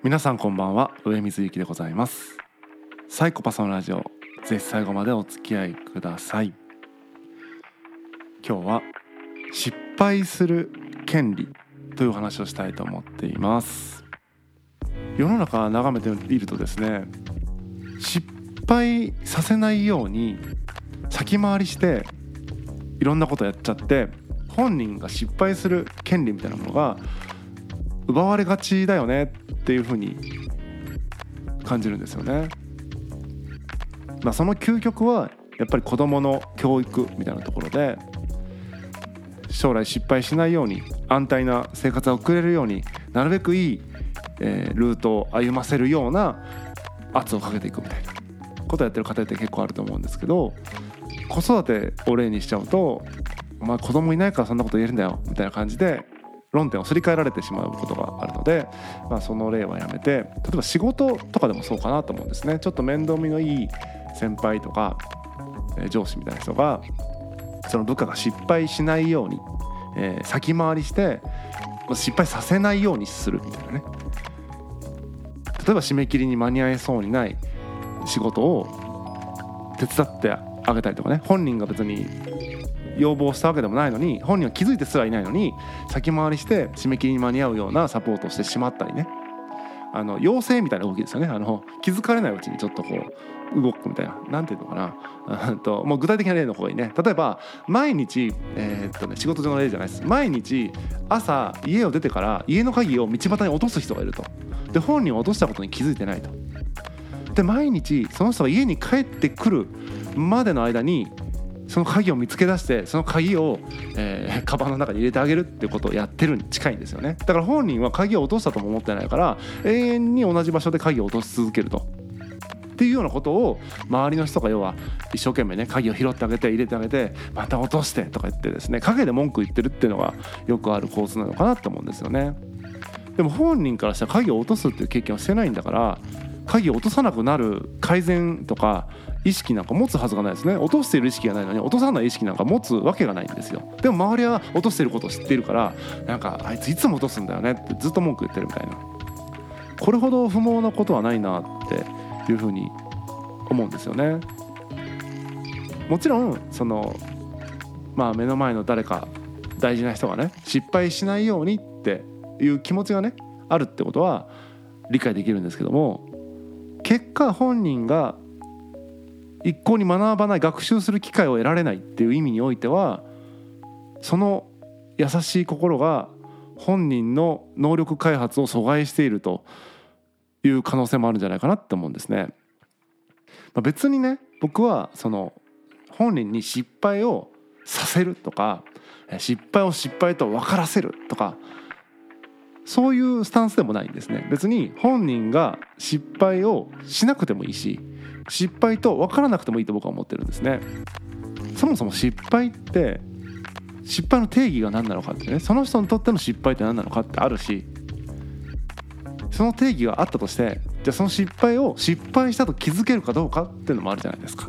皆さんこんばんは、上水幸でございます。サイコパスのラジオ、ぜひ最後までお付き合いください。今日は失敗する権利という話をしたいと思っています。世の中眺めているとですね、失敗させないように先回りしていろんなことやっちゃって、本人が失敗する権利みたいなものが奪われがちだよねっていう風に感じるんですよね。その究極はやっぱり子どもの教育みたいなところで、将来失敗しないように安泰な生活を送れるようになるべくいい、ルートを歩ませるような圧をかけていくみたいなことをやってる家庭って結構あると思うんですけど、子育てを例にしちゃうと、お前子供いないからそんなこと言えるんだよみたいな感じで論点をすり替えられてしまうことがあるので、その例はやめて、例えば仕事とかでもそうかなと思うんですね。ちょっと面倒見のいい先輩とか、上司みたいな人がその部下が失敗しないように、先回りして失敗させないようにするみたいなね。例えば締め切りに間に合いそうにない仕事を手伝ってあげたりとかね、本人が別に要望したわけでもないのに、本人は気づいてすらいないのに先回りして締め切りに間に合うようなサポートをしてしまったりね、妖精みたいな動きですよね。気づかれないうちにちょっとこう動くみたいな、なんていうのかな、もう具体的な例の方がいいね。例えば毎日、仕事上の例じゃないです。毎日朝家を出てから家の鍵を道端に落とす人がいると。で、本人は落としたことに気づいてないと。で、毎日その人が家に帰ってくるまでの間にその鍵を見つけ出して、その鍵を、カバンの中に入れてあげるっていうことをやってるに近いんですよね。だから本人は鍵を落としたとも思ってないから、永遠に同じ場所で鍵を落とし続けるとっていうようなことを周りの人が要は一生懸命ね、鍵を拾ってあげて入れてあげて、また落としてとか言ってですね、陰で文句言ってるっていうのがよくある構図なのかなと思うんですよね。でも本人からしたら鍵を落とすっていう経験をしてないんだから、鍵を落とさなくなる改善とか意識なんか持つはずがないですね。落としている意識がないのに落とさない意識なんか持つわけがないんですよ。でも周りは落としていることを知っているから、なんかあいついつも落とすんだよねってずっと文句言ってるみたいな、これほど不毛なことはないなっていうふうに思うんですよね。もちろん目の前の誰か大事な人がね、失敗しないようにっていう気持ちがねあるってことは理解できるんですけども、結果本人が一向に学ばない、学習する機会を得られないっていう意味においては、その優しい心が本人の能力開発を阻害しているという可能性もあるんじゃないかなって思うんですね。別にね、僕はその本人に失敗をさせるとか、失敗を失敗と分からせるとか、そういうスタンスでもないんですね。別に本人が失敗をしなくてもいいし、失敗と分からなくてもいいと僕は思ってるんですね。そもそも失敗って失敗の定義が何なのかってね、その人にとっての失敗って何なのかってあるし、その定義があったとして、じゃあその失敗を失敗したと気づけるかどうかっていうのもあるじゃないですか。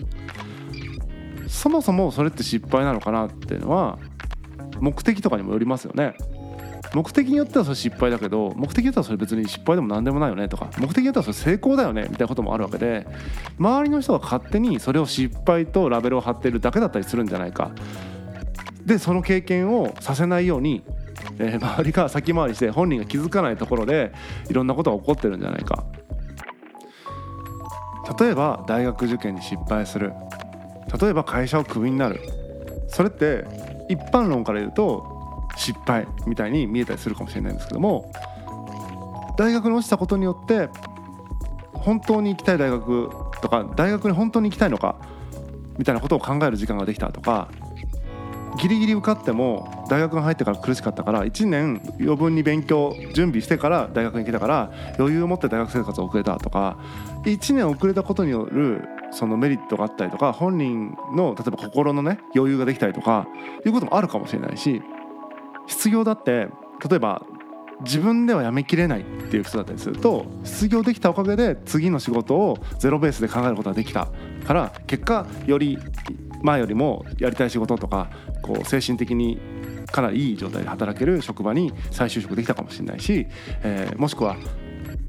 そもそもそれって失敗なのかなっていうのは目的とかにもよりますよね。目的によってはそれ失敗だけど、目的によってはそれ別に失敗でも何でもないよねとか、目的によってはそれ成功だよねみたいなこともあるわけで、周りの人が勝手にそれを失敗とラベルを貼っているだけだったりするんじゃないか。で、その経験をさせないように、周りが先回りして本人が気づかないところでいろんなことが起こってるんじゃないか。例えば大学受験に失敗する、例えば会社をクビになる、それって一般論から言うと失敗みたいに見えたりするかもしれないんですけども、大学に落ちたことによって本当に行きたい大学とか、大学に本当に行きたいのかみたいなことを考える時間ができたとか、ギリギリ受かっても大学に入ってから苦しかったから1年余分に勉強準備してから大学に来たから余裕を持って大学生活を送れたとか、1年遅れたことによるそのメリットがあったりとか、本人の例えば心のね余裕ができたりとかいうこともあるかもしれないし、失業だって例えば自分では辞めきれないっていう人だったりすると、失業できたおかげで次の仕事をゼロベースで考えることができたから、結果より前よりもやりたい仕事とか、こう精神的にかなりいい状態で働ける職場に再就職できたかもしれないし、もしくは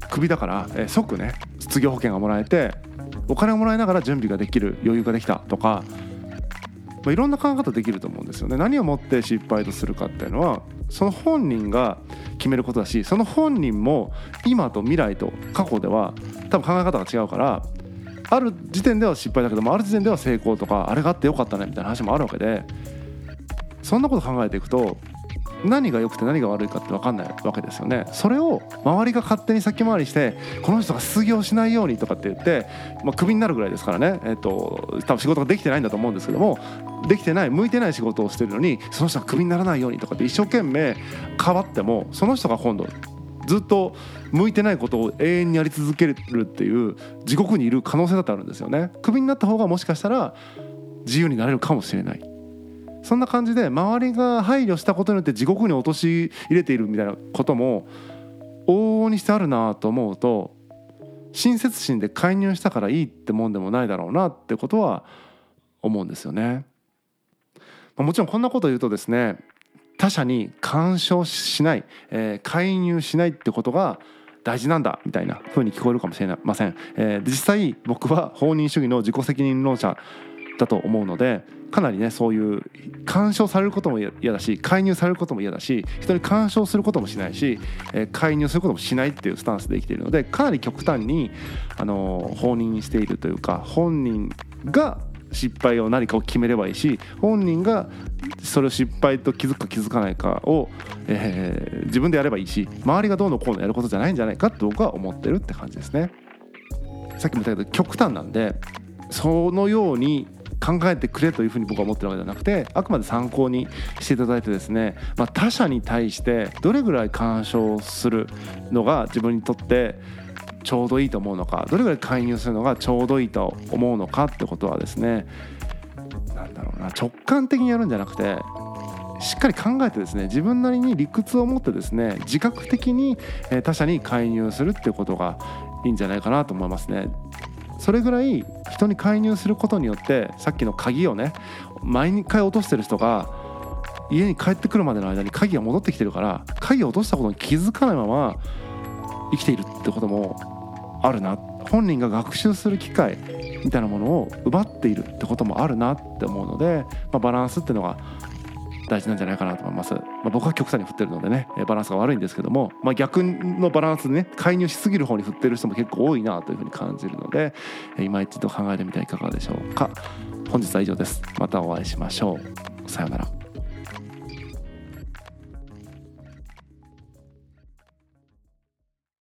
クビだから、即ね失業保険がもらえてお金をもらいながら準備ができる余裕ができたとか、いろんな考え方できると思うんですよね。何をもって失敗とするかっていうのはその本人が決めることだし、その本人も今と未来と過去では多分考え方が違うから、ある時点では失敗だけどもある時点では成功とか、あれがあってよかったねみたいな話もあるわけで、そんなこと考えていくと何が良くて何が悪いかって分かんないわけですよね。それを周りが勝手に先回りしてこの人が失業しないようにとかって言って、クビになるぐらいですからね、多分仕事ができてないんだと思うんですけども、できてない向いてない仕事をしてるのにその人がクビにならないようにとかって一生懸命変わっても、その人が今度ずっと向いてないことを永遠にやり続けるっていう地獄にいる可能性だってあるんですよね。クビになった方がもしかしたら自由になれるかもしれない。そんな感じで周りが配慮したことによって地獄に陥れているみたいなことも往々にしてあるなと思うと、親切心で介入したからいいってもんでもないだろうなってことは思うんですよね。もちろんこんなことを言うとですね、他者に干渉しない、介入しないってことが大事なんだみたいな風に聞こえるかもしれません。実際僕は放任主義の自己責任論者だと思うので、かなりねそういう干渉されることも嫌だし、介入されることも嫌だし、人に干渉することもしないし、介入することもしないっていうスタンスで生きているので、かなり極端に放任しているというか、本人が失敗を何かを決めればいいし、本人がそれを失敗と気づくか気づかないかを、自分でやればいいし、周りがどうのこうのやることじゃないんじゃないかと僕は思ってるって感じですね。さっきも言ったけど極端なんで、そのように考えてくれというふうに僕は思ってるわけではなくて、あくまで参考にしていただいてですね、他者に対してどれぐらい干渉するのが自分にとってちょうどいいと思うのか、どれぐらい介入するのがちょうどいいと思うのかってことはですね、直感的にやるんじゃなくて、しっかり考えてですね、自分なりに理屈を持ってですね、自覚的に他者に介入するっていうことがいいんじゃないかなと思いますね。それぐらい人に介入することによって、さっきの鍵をね毎回落としてる人が家に帰ってくるまでの間に鍵が戻ってきてるから、鍵を落としたことに気づかないまま生きているってこともあるな。本人が学習する機会みたいなものを奪っているってこともあるなって思うので、バランスっていうのが大事なんじゃないかなと思います。僕は極端に振ってるのでね、バランスが悪いんですけども、逆のバランスでね、介入しすぎる方に振ってる人も結構多いなというふうに感じるので、今一度考えてみてはいかがでしょうか。本日は以上です。またお会いしましょう。さようなら。